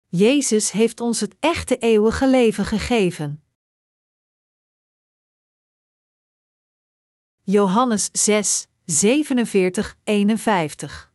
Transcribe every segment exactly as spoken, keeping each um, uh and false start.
Jezus heeft ons het echte eeuwige leven gegeven. Johannes zes, zevenenveertig, eenenvijftig.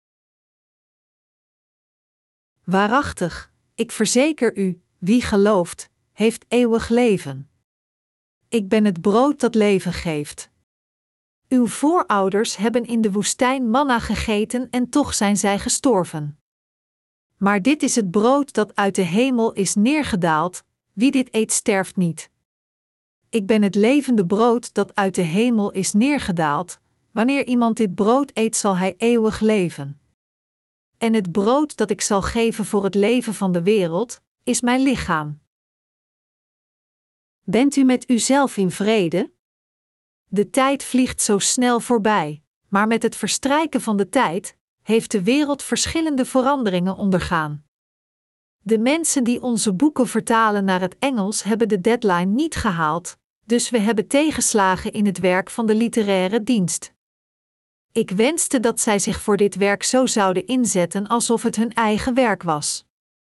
Waarachtig, ik verzeker u, wie gelooft, heeft eeuwig leven. Ik ben het brood dat leven geeft. Uw voorouders hebben in de woestijn manna gegeten en toch zijn zij gestorven. Maar dit is het brood dat uit de hemel is neergedaald, wie dit eet sterft niet. Ik ben het levende brood dat uit de hemel is neergedaald, wanneer iemand dit brood eet zal hij eeuwig leven. En het brood dat ik zal geven voor het leven van de wereld, is mijn lichaam. Bent u met uzelf in vrede? De tijd vliegt zo snel voorbij, maar met het verstrijken van de tijd heeft de wereld verschillende veranderingen ondergaan. De mensen die onze boeken vertalen naar het Engels hebben de deadline niet gehaald, dus we hebben tegenslagen in het werk van de literaire dienst. Ik wenste dat zij zich voor dit werk zo zouden inzetten alsof het hun eigen werk was.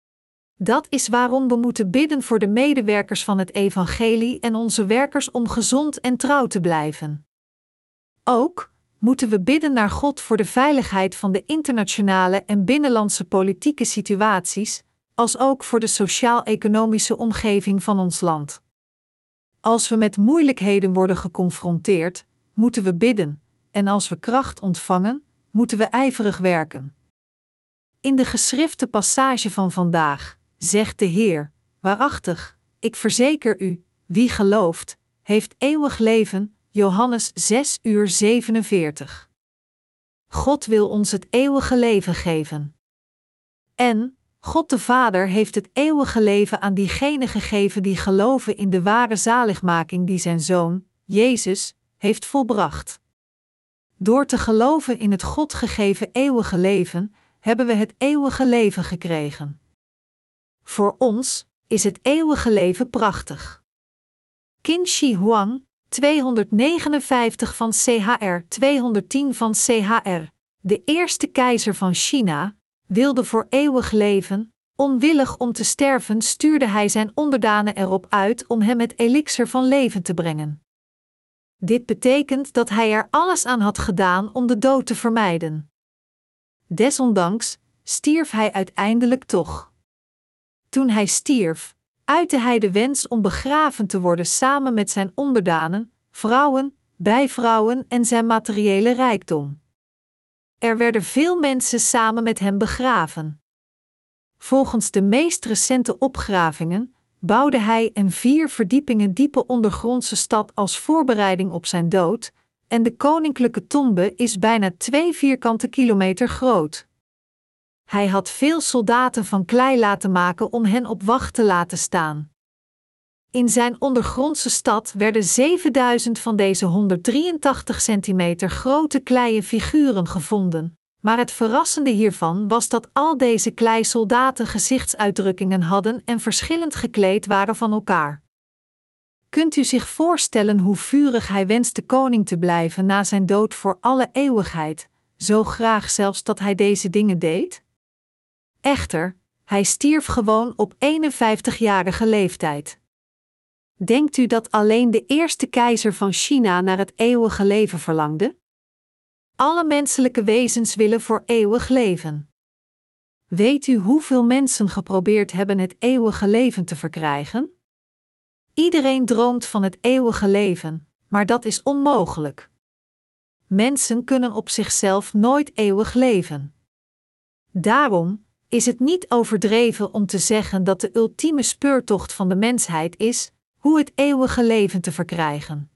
Dat is waarom we moeten bidden voor de medewerkers van het evangelie en onze werkers om gezond en trouw te blijven. Ook moeten we bidden naar God voor de veiligheid van de internationale en binnenlandse politieke situaties, als ook voor de sociaal-economische omgeving van ons land. Als we met moeilijkheden worden geconfronteerd, moeten we bidden, en als we kracht ontvangen, moeten we ijverig werken. In de geschrifte passage van vandaag zegt de Heer: waarachtig, ik verzeker u, wie gelooft, heeft eeuwig leven. Johannes zes uur zevenenveertig. God wil ons het eeuwige leven geven. En God de Vader heeft het eeuwige leven aan diegenen gegeven die geloven in de ware zaligmaking die zijn Zoon, Jezus, heeft volbracht. Door te geloven in het God gegeven eeuwige leven, hebben we het eeuwige leven gekregen. Voor ons is het eeuwige leven prachtig. Qin Shi Huang, tweehonderdnegenenvijftig van C H R, tweehonderdtien van C H R, de eerste keizer van China, wilde voor eeuwig leven. Onwillig om te sterven stuurde hij zijn onderdanen erop uit om hem het elixir van leven te brengen. Dit betekent dat hij er alles aan had gedaan om de dood te vermijden. Desondanks stierf hij uiteindelijk toch. Toen hij stierf, uitte hij de wens om begraven te worden samen met zijn onderdanen, vrouwen, bijvrouwen en zijn materiële rijkdom. Er werden veel mensen samen met hem begraven. Volgens de meest recente opgravingen bouwde hij een vier verdiepingen diepe ondergrondse stad als voorbereiding op zijn dood, en de koninklijke tombe is bijna twee vierkante kilometer groot. Hij had veel soldaten van klei laten maken om hen op wacht te laten staan. In zijn ondergrondse stad werden zevenduizend van deze honderddrieëntachtig centimeter grote kleien figuren gevonden, maar het verrassende hiervan was dat al deze klei soldaten gezichtsuitdrukkingen hadden en verschillend gekleed waren van elkaar. Kunt u zich voorstellen hoe vurig hij wenste koning te blijven na zijn dood voor alle eeuwigheid, zo graag zelfs dat hij deze dingen deed? Echter, hij stierf gewoon op eenenvijftigjarige leeftijd. Denkt u dat alleen de eerste keizer van China naar het eeuwige leven verlangde? Alle menselijke wezens willen voor eeuwig leven. Weet u hoeveel mensen geprobeerd hebben het eeuwige leven te verkrijgen? Iedereen droomt van het eeuwige leven, maar dat is onmogelijk. Mensen kunnen op zichzelf nooit eeuwig leven. Daarom is het niet overdreven om te zeggen dat de ultieme speurtocht van de mensheid is hoe het eeuwige leven te verkrijgen.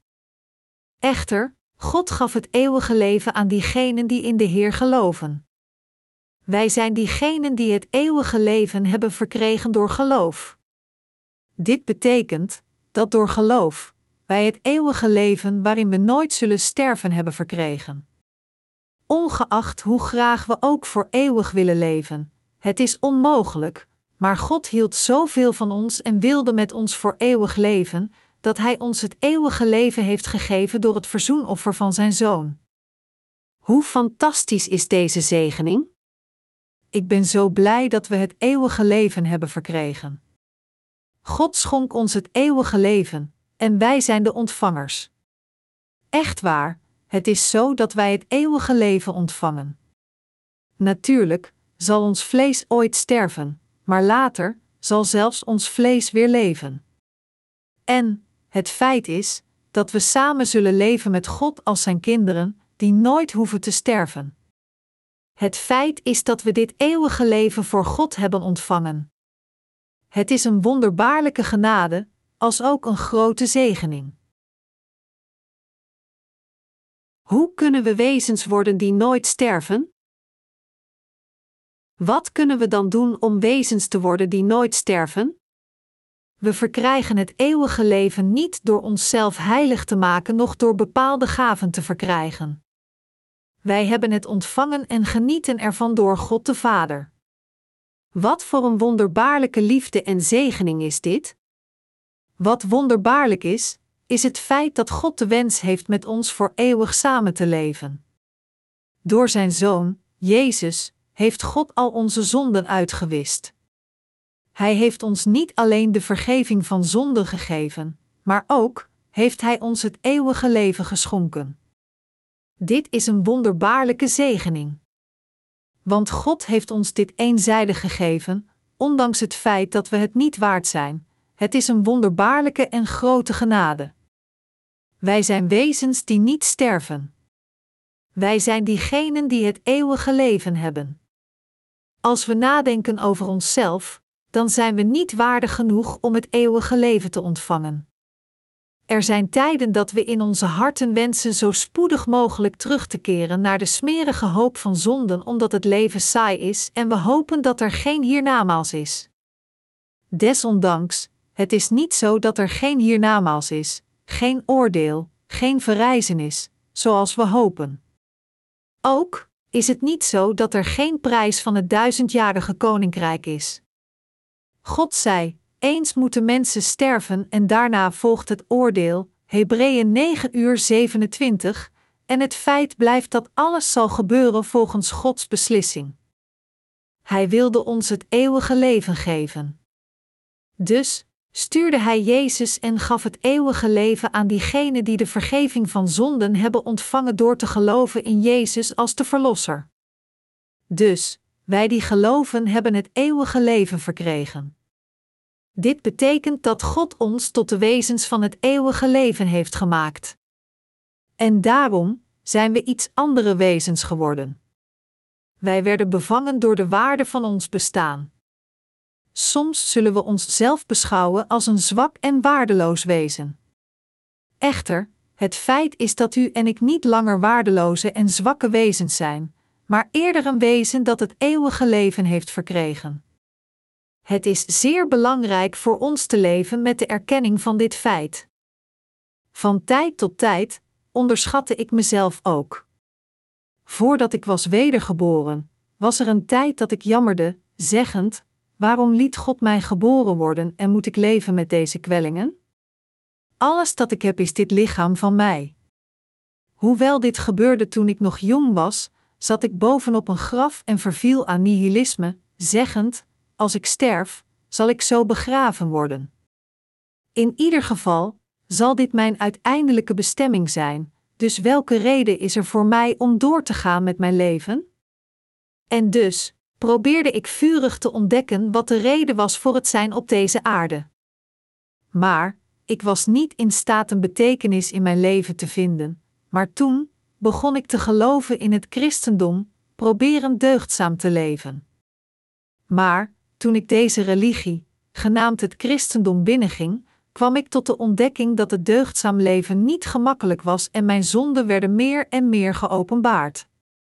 Echter, God gaf het eeuwige leven aan diegenen die in de Heer geloven. Wij zijn diegenen die het eeuwige leven hebben verkregen door geloof. Dit betekent dat door geloof wij het eeuwige leven waarin we nooit zullen sterven hebben verkregen. Ongeacht hoe graag we ook voor eeuwig willen leven, het is onmogelijk, maar God hield zoveel van ons en wilde met ons voor eeuwig leven, dat Hij ons het eeuwige leven heeft gegeven door het verzoenoffer van zijn Zoon. Hoe fantastisch is deze zegening? ik ben zo blij dat we het eeuwige leven hebben verkregen. God schonk ons het eeuwige leven, en wij zijn de ontvangers. Echt waar, het is zo dat wij het eeuwige leven ontvangen. Natuurlijk zal ons vlees ooit sterven, maar later zal zelfs ons vlees weer leven. En het feit is dat we samen zullen leven met God als zijn kinderen, die nooit hoeven te sterven. Het feit is dat we dit eeuwige leven voor God hebben ontvangen. Het is een wonderbaarlijke genade, als ook een grote zegening. Hoe kunnen we wezens worden die nooit sterven? Wat kunnen we dan doen om wezens te worden die nooit sterven? We verkrijgen het eeuwige leven niet door onszelf heilig te maken, noch door bepaalde gaven te verkrijgen. Wij hebben het ontvangen en genieten ervan door God de Vader. Wat voor een wonderbaarlijke liefde en zegening is dit? Wat wonderbaarlijk is, is het feit dat God de wens heeft met ons voor eeuwig samen te leven. Door zijn Zoon, Jezus, heeft God al onze zonden uitgewist. Hij heeft ons niet alleen de vergeving van zonden gegeven, maar ook heeft Hij ons het eeuwige leven geschonken. Dit is een wonderbaarlijke zegening. Want God heeft ons dit eenzijdig gegeven, ondanks het feit dat we het niet waard zijn. Het is een wonderbaarlijke en grote genade. Wij zijn wezens die niet sterven. Wij zijn diegenen die het eeuwige leven hebben. Als we nadenken over onszelf, dan zijn we niet waardig genoeg om het eeuwige leven te ontvangen. Er zijn tijden dat we in onze harten wensen zo spoedig mogelijk terug te keren naar de smerige hoop van zonden, omdat het leven saai is en we hopen dat er geen hiernamaals is. Desondanks, het is niet zo dat er geen hiernamaals is, geen oordeel, geen verrijzenis, zoals we hopen. Ook is het niet zo dat er geen prijs van het duizendjarige koninkrijk is. God zei, eens moeten mensen sterven en daarna volgt het oordeel, Hebreeën negen uur zevenentwintig, en het feit blijft dat alles zal gebeuren volgens Gods beslissing. Hij wilde ons het eeuwige leven geven. Dus stuurde Hij Jezus en gaf het eeuwige leven aan diegenen die de vergeving van zonden hebben ontvangen door te geloven in Jezus als de Verlosser. Dus, wij die geloven hebben het eeuwige leven verkregen. Dit betekent dat God ons tot de wezens van het eeuwige leven heeft gemaakt. En daarom zijn we iets andere wezens geworden. Wij werden bevangen door de waarde van ons bestaan. Soms zullen we onszelf beschouwen als een zwak en waardeloos wezen. Echter, het feit is dat u en ik niet langer waardeloze en zwakke wezens zijn, maar eerder een wezen dat het eeuwige leven heeft verkregen. Het is zeer belangrijk voor ons te leven met de erkenning van dit feit. Van tijd tot tijd onderschatte ik mezelf ook. Voordat ik was wedergeboren, was er een tijd dat ik jammerde, zeggend: waarom liet God mij geboren worden en moet ik leven met deze kwellingen? Alles dat ik heb is dit lichaam van mij. Hoewel dit gebeurde toen ik nog jong was, zat ik bovenop een graf en verviel aan nihilisme, zeggend: als ik sterf, zal ik zo begraven worden. In ieder geval zal dit mijn uiteindelijke bestemming zijn, dus welke reden is er voor mij om door te gaan met mijn leven? En dus probeerde ik vurig te ontdekken wat de reden was voor het zijn op deze aarde. Maar ik was niet in staat een betekenis in mijn leven te vinden, maar toen begon ik te geloven in het christendom, proberend deugdzaam te leven. Maar toen ik deze religie, genaamd het christendom, binnenging, kwam ik tot de ontdekking dat het deugdzaam leven niet gemakkelijk was en mijn zonden werden meer en meer geopenbaard.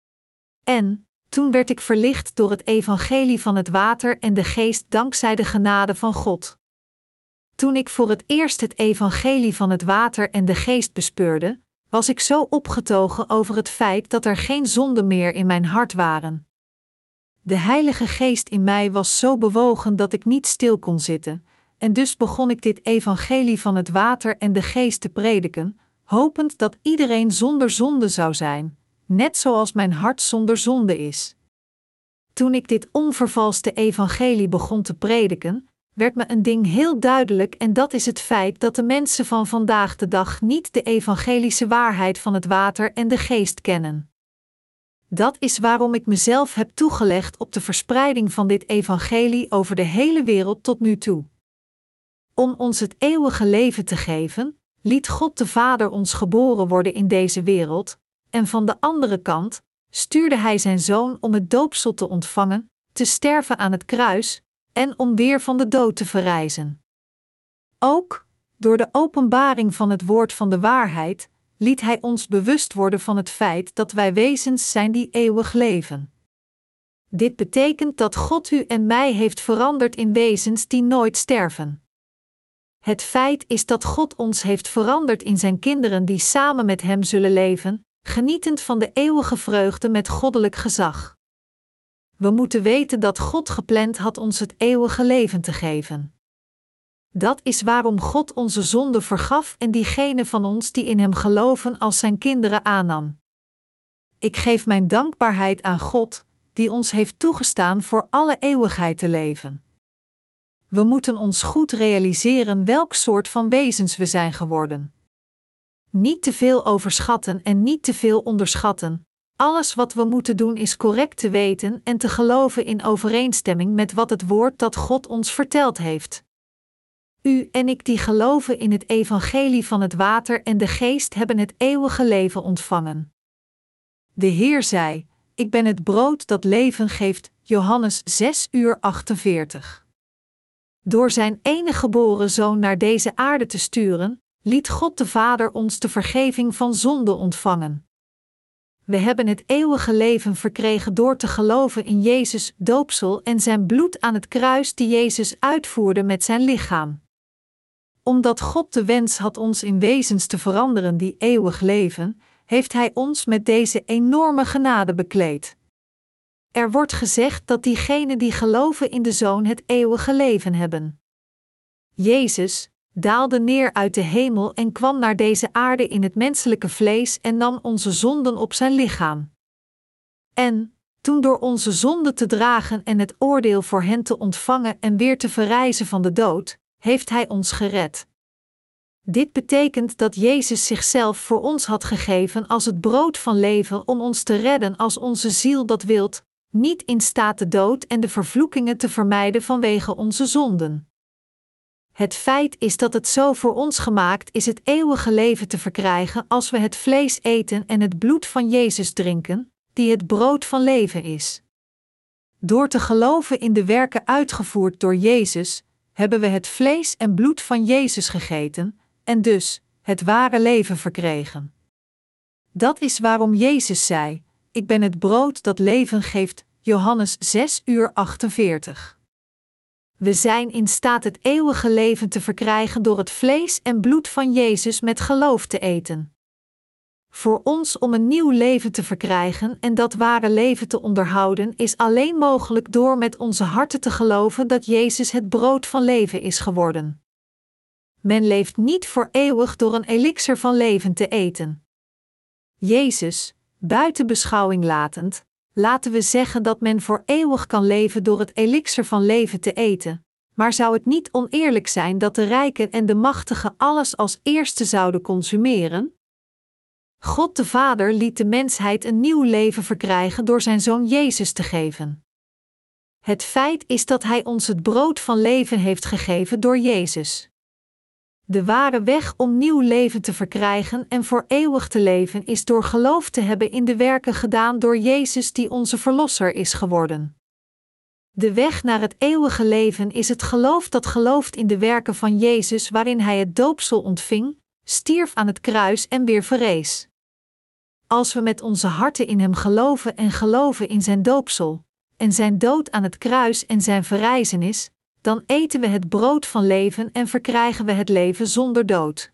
En toen werd ik verlicht door het evangelie van het water en de geest dankzij de genade van God. Toen ik voor het eerst het evangelie van het water en de geest bespeurde, was ik zo opgetogen over het feit dat er geen zonden meer in mijn hart waren. De Heilige Geest in mij was zo bewogen dat ik niet stil kon zitten, en dus begon ik dit evangelie van het water en de geest te prediken, hopend dat iedereen zonder zonde zou zijn, net zoals mijn hart zonder zonde is. Toen ik dit onvervalste evangelie begon te prediken, werd me een ding heel duidelijk en dat is het feit dat de mensen van vandaag de dag niet de evangelische waarheid van het water en de geest kennen. Dat is waarom ik mezelf heb toegelegd op de verspreiding van dit evangelie over de hele wereld tot nu toe. Om ons het eeuwige leven te geven, liet God de Vader ons geboren worden in deze wereld, en van de andere kant stuurde Hij zijn Zoon om het doopsel te ontvangen, te sterven aan het kruis, en om weer van de dood te verrijzen. Ook, door de openbaring van het woord van de waarheid, liet Hij ons bewust worden van het feit dat wij wezens zijn die eeuwig leven. Dit betekent dat God u en mij heeft veranderd in wezens die nooit sterven. Het feit is dat God ons heeft veranderd in zijn kinderen die samen met Hem zullen leven, genietend van de eeuwige vreugde met goddelijk gezag. We moeten weten dat God gepland had ons het eeuwige leven te geven. Dat is waarom God onze zonden vergaf en diegenen van ons die in Hem geloven als zijn kinderen aannam. Ik geef mijn dankbaarheid aan God, die ons heeft toegestaan voor alle eeuwigheid te leven. We moeten ons goed realiseren welk soort van wezens we zijn geworden. Niet te veel overschatten en niet te veel onderschatten. Alles wat we moeten doen is correct te weten en te geloven in overeenstemming met wat het woord dat God ons verteld heeft. U en ik die geloven in het evangelie van het water en de geest hebben het eeuwige leven ontvangen. De Heer zei, ik ben het brood dat leven geeft, Johannes zes uur achtenveertig. Door zijn enige geboren Zoon naar deze aarde te sturen, liet God de Vader ons de vergeving van zonde ontvangen. We hebben het eeuwige leven verkregen door te geloven in Jezus' doopsel en zijn bloed aan het kruis die Jezus uitvoerde met zijn lichaam. Omdat God de wens had ons in wezens te veranderen die eeuwig leven, heeft Hij ons met deze enorme genade bekleed. Er wordt gezegd dat diegenen die geloven in de Zoon het eeuwige leven hebben. Jezus daalde neer uit de hemel en kwam naar deze aarde in het menselijke vlees en nam onze zonden op zijn lichaam. En, toen door onze zonden te dragen en het oordeel voor hen te ontvangen en weer te verrijzen van de dood, heeft Hij ons gered. Dit betekent dat Jezus zichzelf voor ons had gegeven als het brood van leven om ons te redden als onze ziel dat wilt, niet in staat de dood en de vervloekingen te vermijden vanwege onze zonden. Het feit is dat het zo voor ons gemaakt is het eeuwige leven te verkrijgen als we het vlees eten en het bloed van Jezus drinken, die het brood van leven is. Door te geloven in de werken uitgevoerd door Jezus, hebben we het vlees en bloed van Jezus gegeten, en dus het ware leven verkregen. Dat is waarom Jezus zei, ik ben het brood dat leven geeft, Johannes zes uur achtenveertig. We zijn in staat het eeuwige leven te verkrijgen door het vlees en bloed van Jezus met geloof te eten. Voor ons om een nieuw leven te verkrijgen en dat ware leven te onderhouden is alleen mogelijk door met onze harten te geloven dat Jezus het brood van leven is geworden. Men leeft niet voor eeuwig door een elixir van leven te eten. Jezus, buiten beschouwing latend, laten we zeggen dat men voor eeuwig kan leven door het elixir van leven te eten, maar zou het niet oneerlijk zijn dat de rijken en de machtigen alles als eerste zouden consumeren? God de Vader liet de mensheid een nieuw leven verkrijgen door zijn Zoon Jezus te geven. Het feit is dat Hij ons het brood van leven heeft gegeven door Jezus. De ware weg om nieuw leven te verkrijgen en voor eeuwig te leven is door geloof te hebben in de werken gedaan door Jezus die onze Verlosser is geworden. De weg naar het eeuwige leven is het geloof dat gelooft in de werken van Jezus waarin Hij het doopsel ontving, stierf aan het kruis en weer verrees. Als we met onze harten in Hem geloven en geloven in zijn doopsel, en zijn dood aan het kruis en zijn verrijzenis, dan eten we het brood van leven en verkrijgen we het leven zonder dood.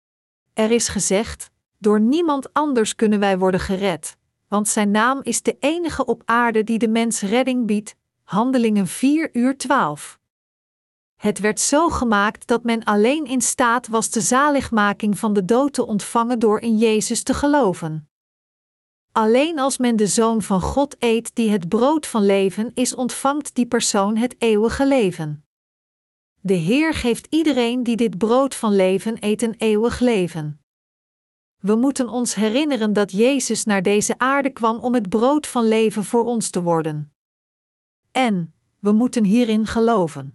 Er is gezegd, door niemand anders kunnen wij worden gered, want zijn naam is de enige op aarde die de mens redding biedt, Handelingen vier uur twaalf. Het werd zo gemaakt dat men alleen in staat was de zaligmaking van de dood te ontvangen door in Jezus te geloven. Alleen als men de Zoon van God eet die het brood van leven is, ontvangt die persoon het eeuwige leven. De Heer geeft iedereen die dit brood van leven eet een eeuwig leven. We moeten ons herinneren dat Jezus naar deze aarde kwam om het brood van leven voor ons te worden. En we moeten hierin geloven.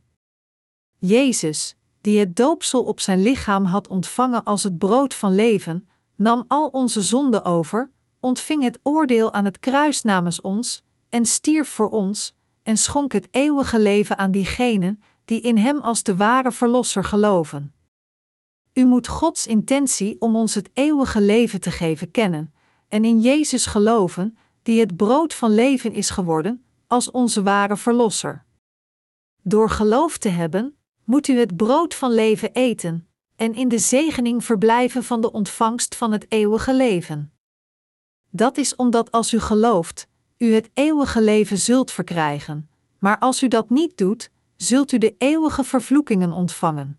Jezus, die het doopsel op zijn lichaam had ontvangen als het brood van leven, nam al onze zonden over, ontving het oordeel aan het kruis namens ons, en stierf voor ons, en schonk het eeuwige leven aan diegenen die in hem als de ware verlosser geloven. U moet Gods intentie om ons het eeuwige leven te geven kennen, en in Jezus geloven, die het brood van leven is geworden, als onze ware verlosser. Door geloof te hebben, moet u het brood van leven eten, en in de zegening verblijven van de ontvangst van het eeuwige leven. Dat is omdat als u gelooft, u het eeuwige leven zult verkrijgen, maar als u dat niet doet, zult u de eeuwige vervloekingen ontvangen.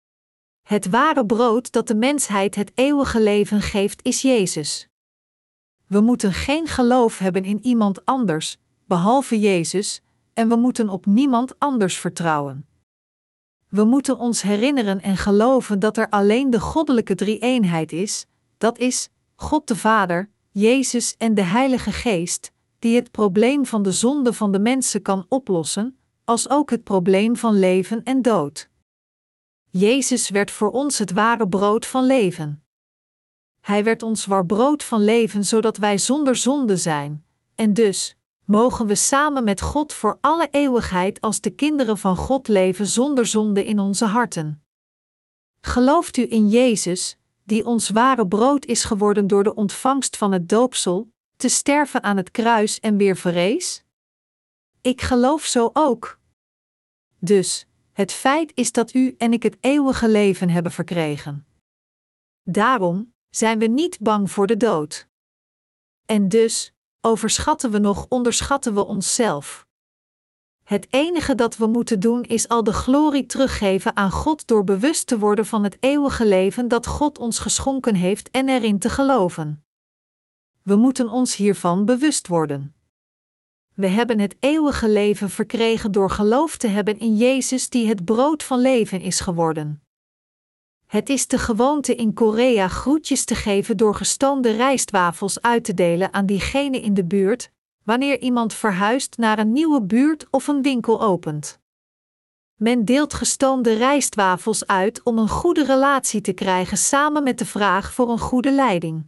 Het ware brood dat de mensheid het eeuwige leven geeft is Jezus. We moeten geen geloof hebben in iemand anders, behalve Jezus, en we moeten op niemand anders vertrouwen. We moeten ons herinneren en geloven dat er alleen de goddelijke drie-eenheid is, dat is, God de Vader, Jezus en de Heilige Geest, die het probleem van de zonde van de mensen kan oplossen, als ook het probleem van leven en dood. Jezus werd voor ons het ware brood van leven. Hij werd ons waar brood van leven zodat wij zonder zonde zijn, en dus mogen we samen met God voor alle eeuwigheid als de kinderen van God leven zonder zonde in onze harten. Gelooft u in Jezus, die ons ware brood is geworden door de ontvangst van het doopsel, te sterven aan het kruis en weer verrees? Ik geloof zo ook. Dus, het feit is dat u en ik het eeuwige leven hebben verkregen. Daarom zijn we niet bang voor de dood. En dus overschatten we nog onderschatten we onszelf. Het enige dat we moeten doen is al de glorie teruggeven aan God door bewust te worden van het eeuwige leven dat God ons geschonken heeft en erin te geloven. We moeten ons hiervan bewust worden. We hebben het eeuwige leven verkregen door geloof te hebben in Jezus die het brood van leven is geworden. Het is de gewoonte in Korea groetjes te geven door gestoomde rijstwafels uit te delen aan diegenen in de buurt, wanneer iemand verhuist naar een nieuwe buurt of een winkel opent. Men deelt gestoomde rijstwafels uit om een goede relatie te krijgen samen met de vraag voor een goede leiding.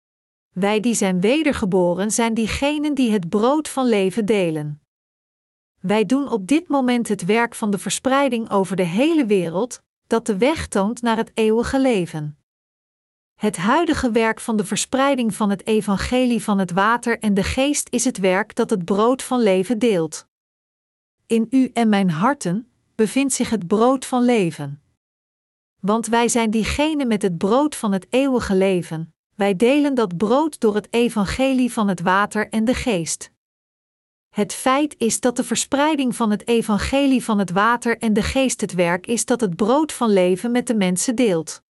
Wij die zijn wedergeboren zijn diegenen die het brood van leven delen. Wij doen op dit moment het werk van de verspreiding over de hele wereld, dat de weg toont naar het eeuwige leven. Het huidige werk van de verspreiding van het evangelie van het water en de geest is het werk dat het brood van leven deelt. In u en mijn harten bevindt zich het brood van leven. Want wij zijn diegenen met het brood van het eeuwige leven, wij delen dat brood door het evangelie van het water en de geest. Het feit is dat de verspreiding van het evangelie van het water en de geest het werk is dat het brood van leven met de mensen deelt.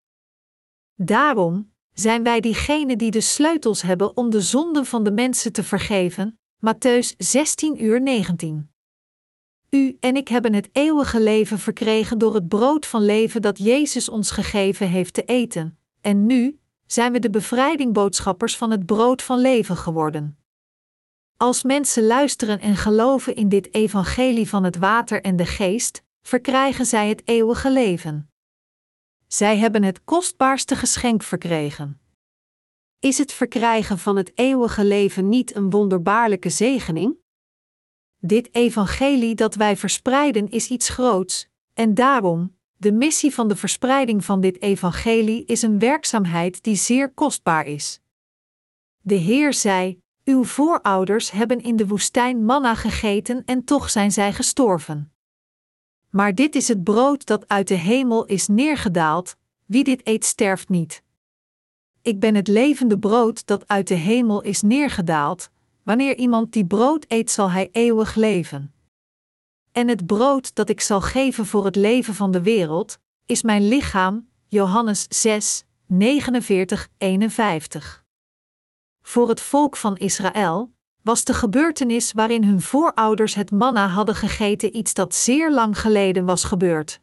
Daarom zijn wij diegenen die de sleutels hebben om de zonden van de mensen te vergeven, Mattheüs zestien uur negentien. U en ik hebben het eeuwige leven verkregen door het brood van leven dat Jezus ons gegeven heeft te eten, en nu zijn we de bevrijdingboodschappers van het brood van leven geworden. Als mensen luisteren en geloven in dit evangelie van het water en de geest, verkrijgen zij het eeuwige leven. Zij hebben het kostbaarste geschenk verkregen. Is het verkrijgen van het eeuwige leven niet een wonderbaarlijke zegening? Dit evangelie dat wij verspreiden is iets groots, en daarom, de missie van de verspreiding van dit evangelie is een werkzaamheid die zeer kostbaar is. De Heer zei: uw voorouders hebben in de woestijn manna gegeten en toch zijn zij gestorven. Maar dit is het brood dat uit de hemel is neergedaald, wie dit eet sterft niet. Ik ben het levende brood dat uit de hemel is neergedaald, wanneer iemand die brood eet zal hij eeuwig leven. En het brood dat ik zal geven voor het leven van de wereld, is mijn lichaam, Johannes zes, negenenveertig, eenenvijftig. voor het volk van Israël, was de gebeurtenis waarin hun voorouders het manna hadden gegeten iets dat zeer lang geleden was gebeurd.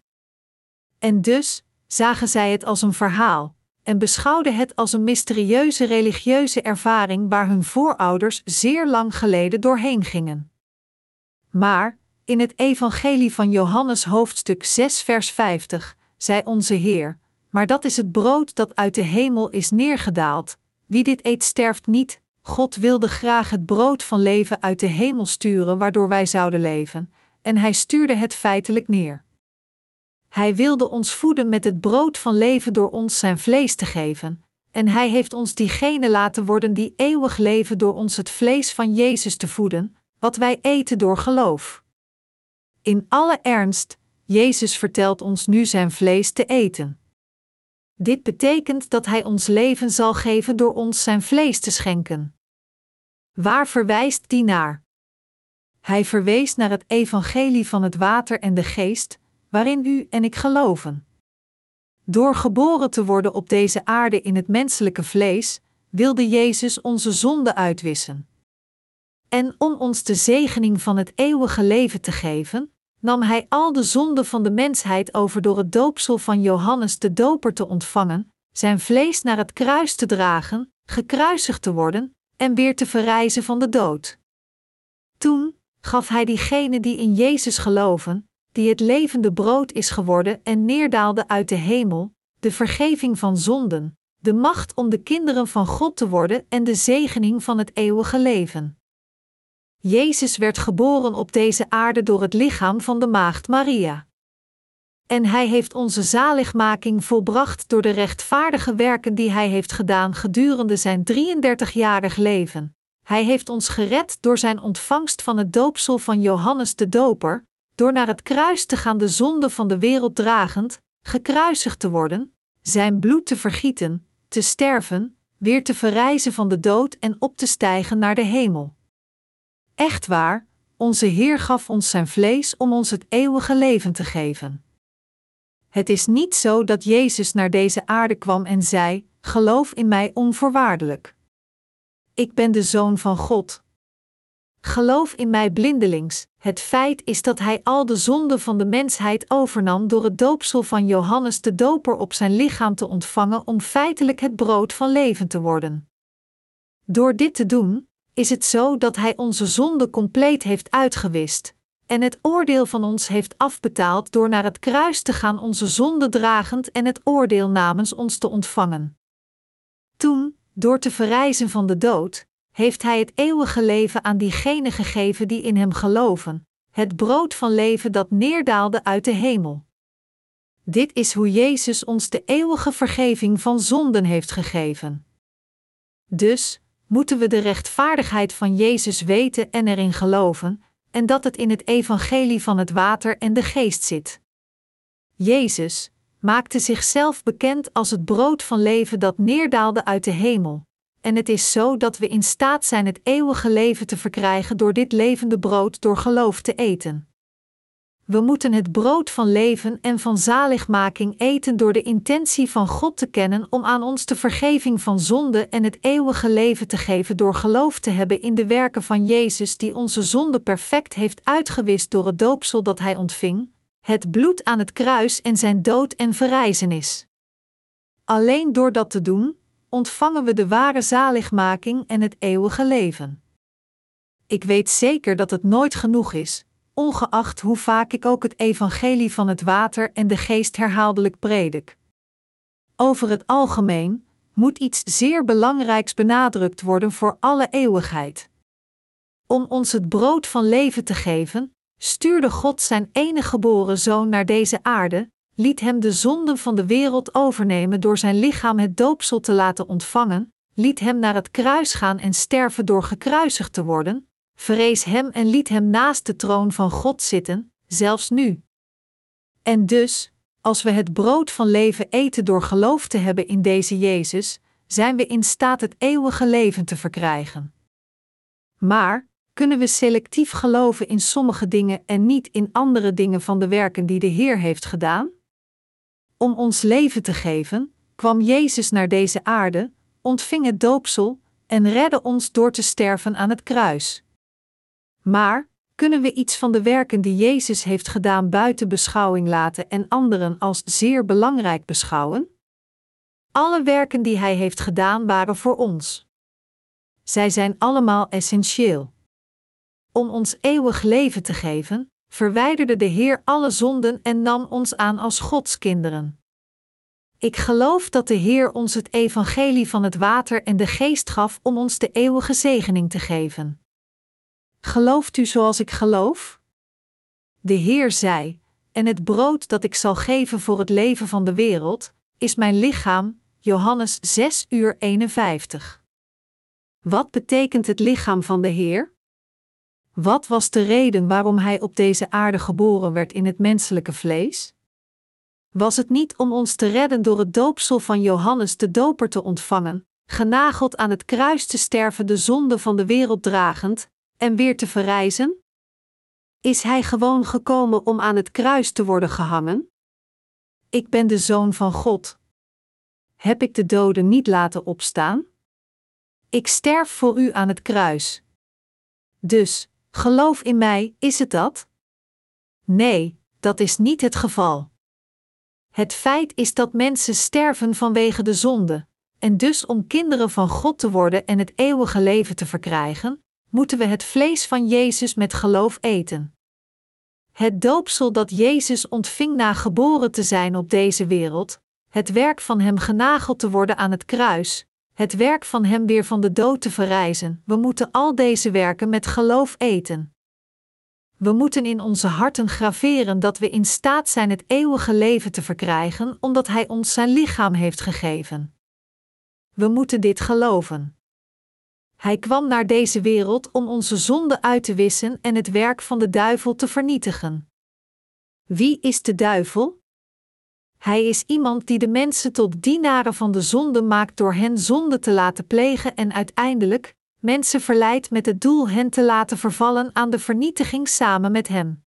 En dus zagen zij het als een verhaal en beschouwden het als een mysterieuze religieuze ervaring waar hun voorouders zeer lang geleden doorheen gingen. Maar in het Evangelie van Johannes hoofdstuk zes vers vijftig zei onze Heer: maar dat is het brood dat uit de hemel is neergedaald. Wie dit eet sterft niet. God wilde graag het brood van leven uit de hemel sturen waardoor wij zouden leven, en hij stuurde het feitelijk neer. Hij wilde ons voeden met het brood van leven door ons zijn vlees te geven, en hij heeft ons diegene laten worden die eeuwig leven door ons het vlees van Jezus te voeden, wat wij eten door geloof. In alle ernst, Jezus vertelt ons nu zijn vlees te eten. Dit betekent dat hij ons leven zal geven door ons zijn vlees te schenken. Waar verwijst die naar? Hij verwees naar het evangelie van het water en de geest, waarin u en ik geloven. Door geboren te worden op deze aarde in het menselijke vlees, wilde Jezus onze zonde uitwissen. En om ons de zegening van het eeuwige leven te geven, nam hij al de zonden van de mensheid over door het doopsel van Johannes de Doper te ontvangen, zijn vlees naar het kruis te dragen, gekruisigd te worden en weer te verrijzen van de dood. Toen gaf hij diegenen die in Jezus geloven, die het levende brood is geworden en neerdaalde uit de hemel, de vergeving van zonden, de macht om de kinderen van God te worden en de zegening van het eeuwige leven. Jezus werd geboren op deze aarde door het lichaam van de maagd Maria. En hij heeft onze zaligmaking volbracht door de rechtvaardige werken die hij heeft gedaan gedurende zijn drieëndertigjarig leven. Hij heeft ons gered door zijn ontvangst van het doopsel van Johannes de Doper, door naar het kruis te gaan de zonde van de wereld dragend, gekruisigd te worden, zijn bloed te vergieten, te sterven, weer te verrijzen van de dood en op te stijgen naar de hemel. Echt waar, onze Heer gaf ons zijn vlees om ons het eeuwige leven te geven. Het is niet zo dat Jezus naar deze aarde kwam en zei: geloof in mij onvoorwaardelijk. Ik ben de Zoon van God. Geloof in mij blindelings. Het feit is dat hij al de zonden van de mensheid overnam door het doopsel van Johannes de Doper op zijn lichaam te ontvangen om feitelijk het brood van leven te worden. Door dit te doen, is het zo dat hij onze zonde compleet heeft uitgewist en het oordeel van ons heeft afbetaald door naar het kruis te gaan onze zonde dragend en het oordeel namens ons te ontvangen. Toen, door te verrijzen van de dood, heeft hij het eeuwige leven aan diegenen gegeven die in hem geloven, het brood van leven dat neerdaalde uit de hemel. Dit is hoe Jezus ons de eeuwige vergeving van zonden heeft gegeven. Dus moeten we de rechtvaardigheid van Jezus weten en erin geloven, en dat het in het evangelie van het water en de geest zit. Jezus maakte zichzelf bekend als het brood van leven dat neerdaalde uit de hemel, en het is zo dat we in staat zijn het eeuwige leven te verkrijgen door dit levende brood door geloof te eten. We moeten het brood van leven en van zaligmaking eten door de intentie van God te kennen om aan ons de vergeving van zonde en het eeuwige leven te geven door geloof te hebben in de werken van Jezus die onze zonde perfect heeft uitgewist door het doopsel dat hij ontving, het bloed aan het kruis en zijn dood en verrijzenis. Alleen door dat te doen, ontvangen we de ware zaligmaking en het eeuwige leven. Ik weet zeker dat het nooit genoeg is, ongeacht hoe vaak ik ook het evangelie van het water en de geest herhaaldelijk predik. Over het algemeen moet iets zeer belangrijks benadrukt worden voor alle eeuwigheid. Om ons het brood van leven te geven, stuurde God zijn enige geboren zoon naar deze aarde, liet hem de zonden van de wereld overnemen door zijn lichaam het doopsel te laten ontvangen, liet hem naar het kruis gaan en sterven door gekruisigd te worden, verrees hem en liet hem naast de troon van God zitten, zelfs nu. En dus, als we het brood van leven eten door geloof te hebben in deze Jezus, zijn we in staat het eeuwige leven te verkrijgen. Maar kunnen we selectief geloven in sommige dingen en niet in andere dingen van de werken die de Heer heeft gedaan? Om ons leven te geven, kwam Jezus naar deze aarde, ontving het doopsel, en redde ons door te sterven aan het kruis. Maar, kunnen we iets van de werken die Jezus heeft gedaan buiten beschouwing laten en anderen als zeer belangrijk beschouwen? Alle werken die Hij heeft gedaan waren voor ons. Zij zijn allemaal essentieel. Om ons eeuwig leven te geven, verwijderde de Heer alle zonden en nam ons aan als Gods kinderen. Ik geloof dat de Heer ons het evangelie van het water en de geest gaf om ons de eeuwige zegening te geven. Gelooft u zoals ik geloof? De Heer zei, en het brood dat ik zal geven voor het leven van de wereld, is mijn lichaam, Johannes zes uur eenenvijftig. Wat betekent het lichaam van de Heer? Wat was de reden waarom Hij op deze aarde geboren werd in het menselijke vlees? Was het niet om ons te redden door het doopsel van Johannes de Doper te ontvangen, genageld aan het kruis te sterven, de zonde van de wereld dragend, en weer te verrijzen? Is Hij gewoon gekomen om aan het kruis te worden gehangen? Ik ben de Zoon van God. Heb ik de doden niet laten opstaan? Ik sterf voor u aan het kruis. Dus, geloof in mij, is het dat? Nee, dat is niet het geval. Het feit is dat mensen sterven vanwege de zonde, en dus om kinderen van God te worden en het eeuwige leven te verkrijgen, moeten we het vlees van Jezus met geloof eten. Het doopsel dat Jezus ontving na geboren te zijn op deze wereld, het werk van Hem genageld te worden aan het kruis, het werk van Hem weer van de dood te verrijzen, we moeten al deze werken met geloof eten. We moeten in onze harten graveren dat we in staat zijn het eeuwige leven te verkrijgen, omdat Hij ons zijn lichaam heeft gegeven. We moeten dit geloven. Hij kwam naar deze wereld om onze zonden uit te wissen en het werk van de duivel te vernietigen. Wie is de duivel? Hij is iemand die de mensen tot dienaren van de zonde maakt door hen zonde te laten plegen en uiteindelijk mensen verleidt met het doel hen te laten vervallen aan de vernietiging samen met hem.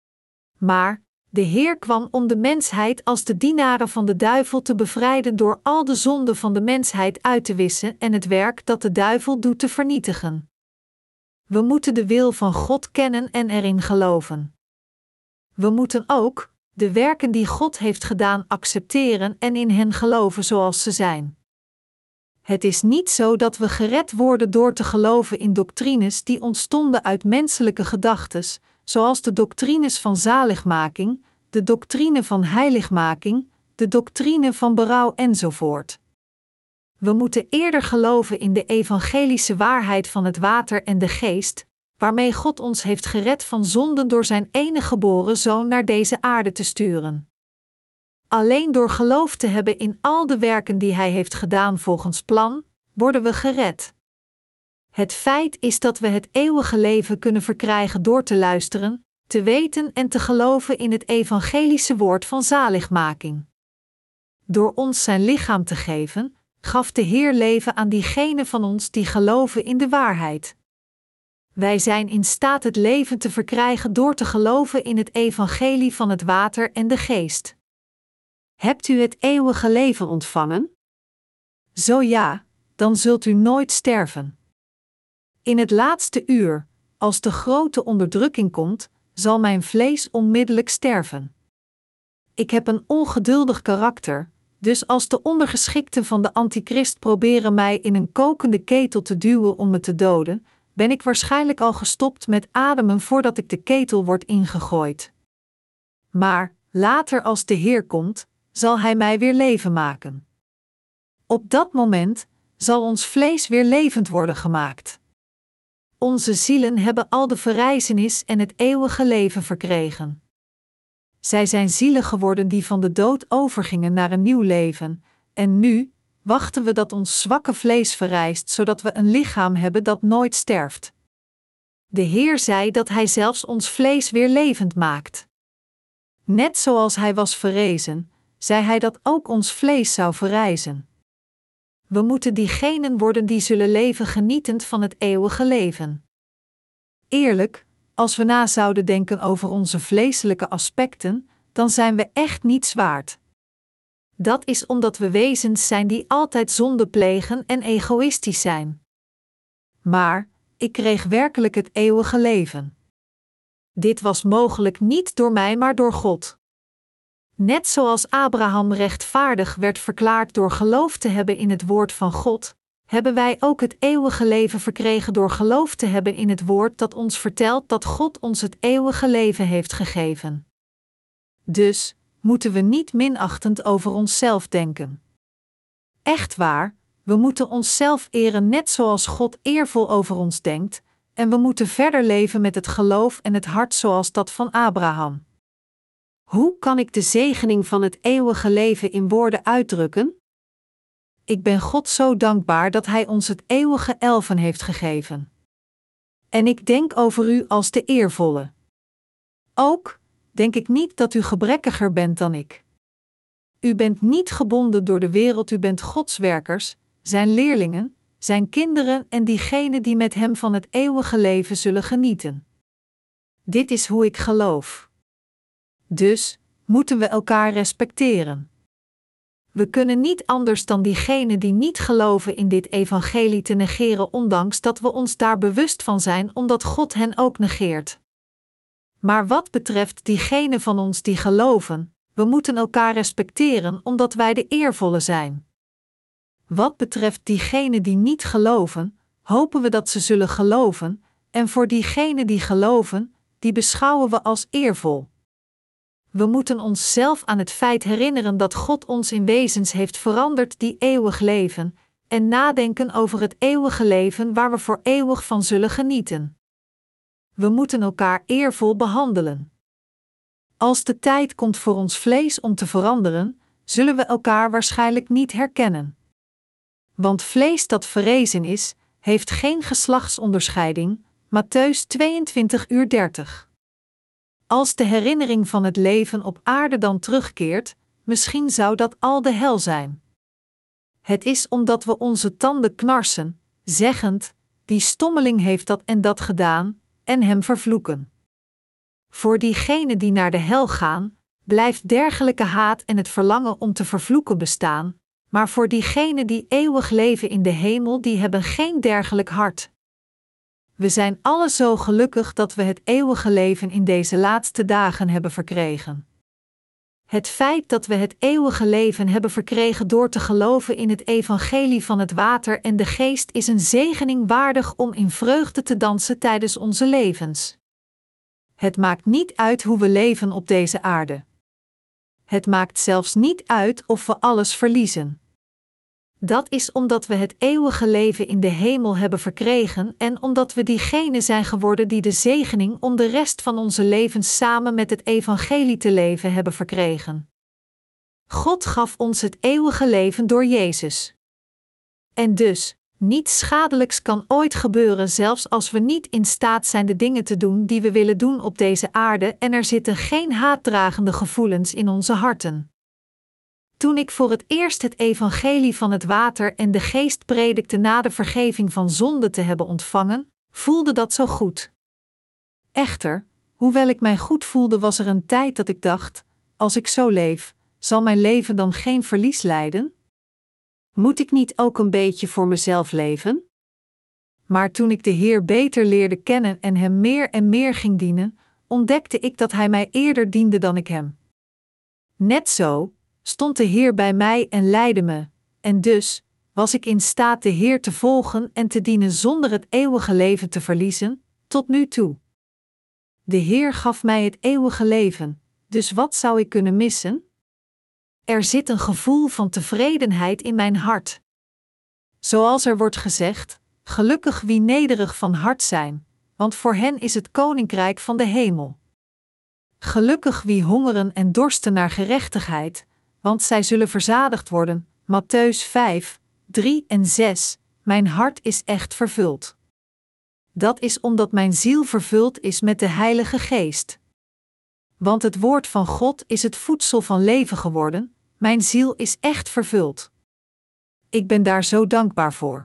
Maar de Heer kwam om de mensheid als de dienaren van de duivel te bevrijden door al de zonden van de mensheid uit te wissen en het werk dat de duivel doet te vernietigen. We moeten de wil van God kennen en erin geloven. We moeten ook de werken die God heeft gedaan accepteren en in hen geloven zoals ze zijn. Het is niet zo dat we gered worden door te geloven in doctrines die ontstonden uit menselijke gedachtes, zoals de doctrines van zaligmaking, de doctrine van heiligmaking, de doctrine van berouw enzovoort. We moeten eerder geloven in de evangelische waarheid van het water en de geest, waarmee God ons heeft gered van zonden door zijn enige geboren Zoon naar deze aarde te sturen. Alleen door geloof te hebben in al de werken die Hij heeft gedaan volgens plan, worden we gered. Het feit is dat we het eeuwige leven kunnen verkrijgen door te luisteren, te weten en te geloven in het evangelische woord van zaligmaking. Door ons zijn lichaam te geven, gaf de Heer leven aan diegenen van ons die geloven in de waarheid. Wij zijn in staat het leven te verkrijgen door te geloven in het evangelie van het water en de geest. Hebt u het eeuwige leven ontvangen? Zo ja, dan zult u nooit sterven. In het laatste uur, als de grote onderdrukking komt, zal mijn vlees onmiddellijk sterven. Ik heb een ongeduldig karakter, dus als de ondergeschikten van de antichrist proberen mij in een kokende ketel te duwen om me te doden, ben ik waarschijnlijk al gestopt met ademen voordat ik de ketel word ingegooid. Maar, later als de Heer komt, zal Hij mij weer leven maken. Op dat moment zal ons vlees weer levend worden gemaakt. Onze zielen hebben al de verrijzenis en het eeuwige leven verkregen. Zij zijn zielen geworden die van de dood overgingen naar een nieuw leven, en nu wachten we dat ons zwakke vlees verrijst, zodat we een lichaam hebben dat nooit sterft. De Heer zei dat Hij zelfs ons vlees weer levend maakt. Net zoals Hij was verrezen, zei Hij dat ook ons vlees zou verrijzen. We moeten diegenen worden die zullen leven genietend van het eeuwige leven. Eerlijk, als we na zouden denken over onze vleeselijke aspecten, dan zijn we echt niets waard. Dat is omdat we wezens zijn die altijd zonde plegen en egoïstisch zijn. Maar ik kreeg werkelijk het eeuwige leven. Dit was mogelijk niet door mij, maar door God. Net zoals Abraham rechtvaardig werd verklaard door geloof te hebben in het woord van God, hebben wij ook het eeuwige leven verkregen door geloof te hebben in het woord dat ons vertelt dat God ons het eeuwige leven heeft gegeven. Dus moeten we niet minachtend over onszelf denken. Echt waar, we moeten onszelf eren net zoals God eervol over ons denkt, en we moeten verder leven met het geloof en het hart zoals dat van Abraham. Hoe kan ik de zegening van het eeuwige leven in woorden uitdrukken? Ik ben God zo dankbaar dat Hij ons het eeuwige elfen heeft gegeven. En ik denk over u als de eervolle. Ook denk ik niet dat u gebrekkiger bent dan ik. U bent niet gebonden door de wereld, u bent Gods werkers, zijn leerlingen, zijn kinderen en diegenen die met hem van het eeuwige leven zullen genieten. Dit is hoe ik geloof. Dus moeten we elkaar respecteren. We kunnen niet anders dan diegenen die niet geloven in dit evangelie te negeren, ondanks dat we ons daar bewust van zijn, omdat God hen ook negeert. Maar wat betreft diegenen van ons die geloven, we moeten elkaar respecteren omdat wij de eervolle zijn. Wat betreft diegenen die niet geloven, hopen we dat ze zullen geloven, en voor diegenen die geloven, die beschouwen we als eervol. We moeten onszelf aan het feit herinneren dat God ons in wezens heeft veranderd die eeuwig leven, en nadenken over het eeuwige leven waar we voor eeuwig van zullen genieten. We moeten elkaar eervol behandelen. Als de tijd komt voor ons vlees om te veranderen, zullen we elkaar waarschijnlijk niet herkennen. Want vlees dat verrezen is, heeft geen geslachtsonderscheiding, Mattheüs tweeëntwintig uur dertig. Als de herinnering van het leven op aarde dan terugkeert, misschien zou dat al de hel zijn. Het is omdat we onze tanden knarsen, zeggend, die stommeling heeft dat en dat gedaan, en hem vervloeken. Voor diegenen die naar de hel gaan, blijft dergelijke haat en het verlangen om te vervloeken bestaan, maar voor diegenen die eeuwig leven in de hemel, die hebben geen dergelijk hart. We zijn alle zo gelukkig dat we het eeuwige leven in deze laatste dagen hebben verkregen. Het feit dat we het eeuwige leven hebben verkregen door te geloven in het evangelie van het water en de geest is een zegening waardig om in vreugde te dansen tijdens onze levens. Het maakt niet uit hoe we leven op deze aarde. Het maakt zelfs niet uit of we alles verliezen. Dat is omdat we het eeuwige leven in de hemel hebben verkregen en omdat we diegenen zijn geworden die de zegening om de rest van onze levens samen met het evangelie te leven hebben verkregen. God gaf ons het eeuwige leven door Jezus. En dus, niets schadelijks kan ooit gebeuren, zelfs als we niet in staat zijn de dingen te doen die we willen doen op deze aarde en er zitten geen haatdragende gevoelens in onze harten. Toen ik voor het eerst het evangelie van het water en de geest predikte na de vergeving van zonde te hebben ontvangen, voelde dat zo goed. Echter, hoewel ik mij goed voelde, was er een tijd dat ik dacht, als ik zo leef, zal mijn leven dan geen verlies lijden? Moet ik niet ook een beetje voor mezelf leven? Maar toen ik de Heer beter leerde kennen en Hem meer en meer ging dienen, ontdekte ik dat Hij mij eerder diende dan ik Hem. Net zo stond de Heer bij mij en leidde me, en dus was ik in staat de Heer te volgen en te dienen zonder het eeuwige leven te verliezen, tot nu toe. De Heer gaf mij het eeuwige leven, dus wat zou ik kunnen missen? Er zit een gevoel van tevredenheid in mijn hart. Zoals er wordt gezegd, gelukkig wie nederig van hart zijn, want voor hen is het koninkrijk van de hemel. Gelukkig wie hongeren en dorsten naar gerechtigheid, want zij zullen verzadigd worden. Mattheüs vijf, drie en zes. Mijn hart is echt vervuld. Dat is omdat mijn ziel vervuld is met de Heilige Geest. Want het woord van God is het voedsel van leven geworden, mijn ziel is echt vervuld. Ik ben daar zo dankbaar voor.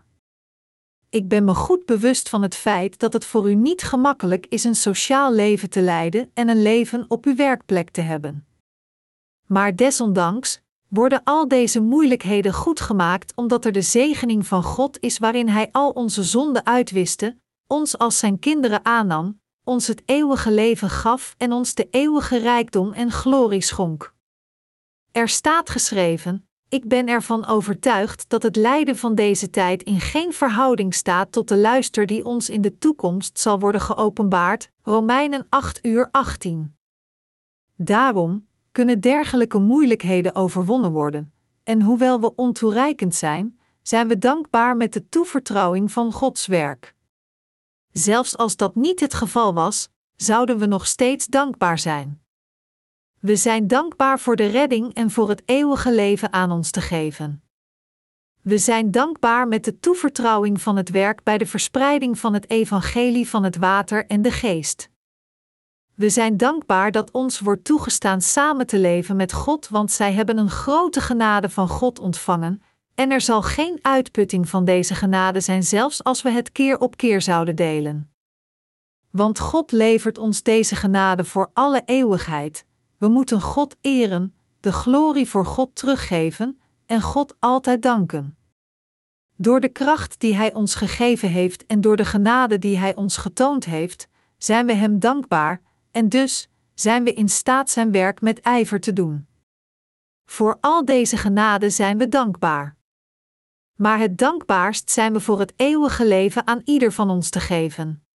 Ik ben me goed bewust van het feit dat het voor u niet gemakkelijk is een sociaal leven te leiden en een leven op uw werkplek te hebben. Maar desondanks worden al deze moeilijkheden goedgemaakt omdat er de zegening van God is waarin Hij al onze zonden uitwiste, ons als Zijn kinderen aannam, ons het eeuwige leven gaf en ons de eeuwige rijkdom en glorie schonk. Er staat geschreven: ik ben ervan overtuigd dat het lijden van deze tijd in geen verhouding staat tot de luister die ons in de toekomst zal worden geopenbaard, Romeinen acht uur achttien. Daarom kunnen dergelijke moeilijkheden overwonnen worden, en hoewel we ontoereikend zijn, zijn we dankbaar met de toevertrouwing van Gods werk. Zelfs als dat niet het geval was, zouden we nog steeds dankbaar zijn. We zijn dankbaar voor de redding en voor het eeuwige leven aan ons te geven. We zijn dankbaar met de toevertrouwing van het werk bij de verspreiding van het evangelie van het water en de geest. We zijn dankbaar dat ons wordt toegestaan samen te leven met God, want zij hebben een grote genade van God ontvangen, en er zal geen uitputting van deze genade zijn zelfs als we het keer op keer zouden delen. Want God levert ons deze genade voor alle eeuwigheid. We moeten God eren, de glorie voor God teruggeven en God altijd danken. Door de kracht die Hij ons gegeven heeft en door de genade die Hij ons getoond heeft, zijn we Hem dankbaar en dus zijn we in staat Zijn werk met ijver te doen. Voor al deze genade zijn we dankbaar. Maar het dankbaarst zijn we voor het eeuwige leven aan ieder van ons te geven.